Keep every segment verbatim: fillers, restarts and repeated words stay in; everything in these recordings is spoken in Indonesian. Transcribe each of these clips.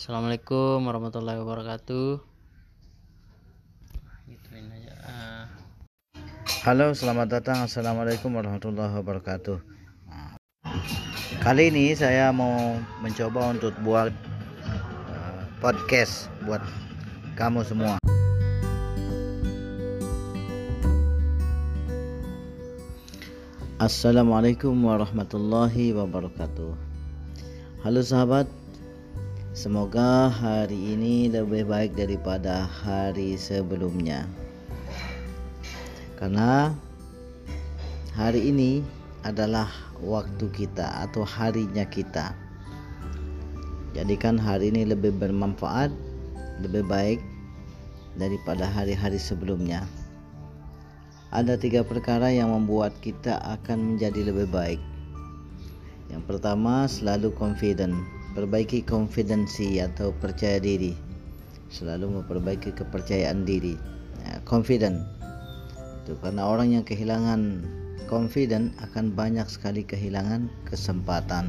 Assalamualaikum warahmatullahi wabarakatuh. Gituin aja. Ah. Halo, selamat datang. Assalamualaikum warahmatullahi wabarakatuh. Kali ini saya mau mencoba untuk buat uh, podcast buat kamu semua. Assalamualaikum warahmatullahi wabarakatuh. Halo sahabat, semoga hari ini lebih baik daripada hari sebelumnya. Karena hari ini adalah waktu kita atau harinya kita. Jadikan hari ini lebih bermanfaat, lebih baik daripada hari-hari sebelumnya. Ada tiga perkara yang membuat kita akan menjadi lebih baik. Yang pertama, selalu confident. Perbaiki konfidensi atau percaya diri. Selalu memperbaiki kepercayaan diri. Ya, confident. Itu karena orang yang kehilangan confident akan banyak sekali kehilangan kesempatan.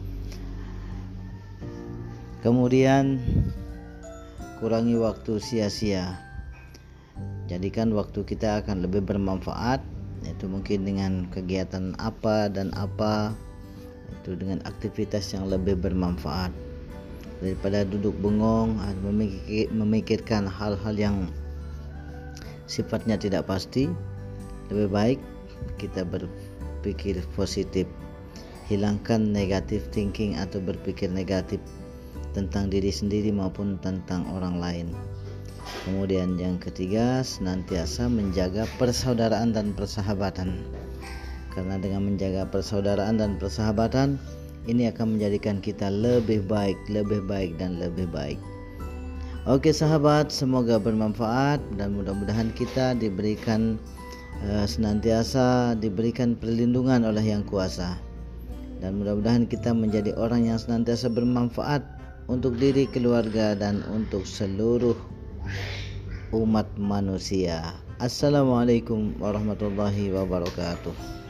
Kemudian, kurangi waktu sia-sia. Jadikan waktu kita akan lebih bermanfaat, yaitu mungkin dengan kegiatan apa dan apa, itu dengan aktivitas yang lebih bermanfaat daripada duduk bengong atau memikirkan hal-hal yang sifatnya tidak pasti. Lebih baik kita berpikir positif, hilangkan negatif thinking atau berpikir negatif tentang diri sendiri maupun tentang orang lain. Kemudian yang ketiga, senantiasa menjaga persaudaraan dan persahabatan. Karena dengan menjaga persaudaraan dan persahabatan, ini akan menjadikan kita lebih baik, lebih baik dan lebih baik. Oke sahabat, semoga bermanfaat dan mudah-mudahan kita diberikan uh, senantiasa diberikan perlindungan oleh Yang Kuasa. Dan mudah-mudahan kita menjadi orang yang senantiasa bermanfaat untuk diri, keluarga dan untuk seluruh umat manusia. Assalamualaikum warahmatullahi wabarakatuh.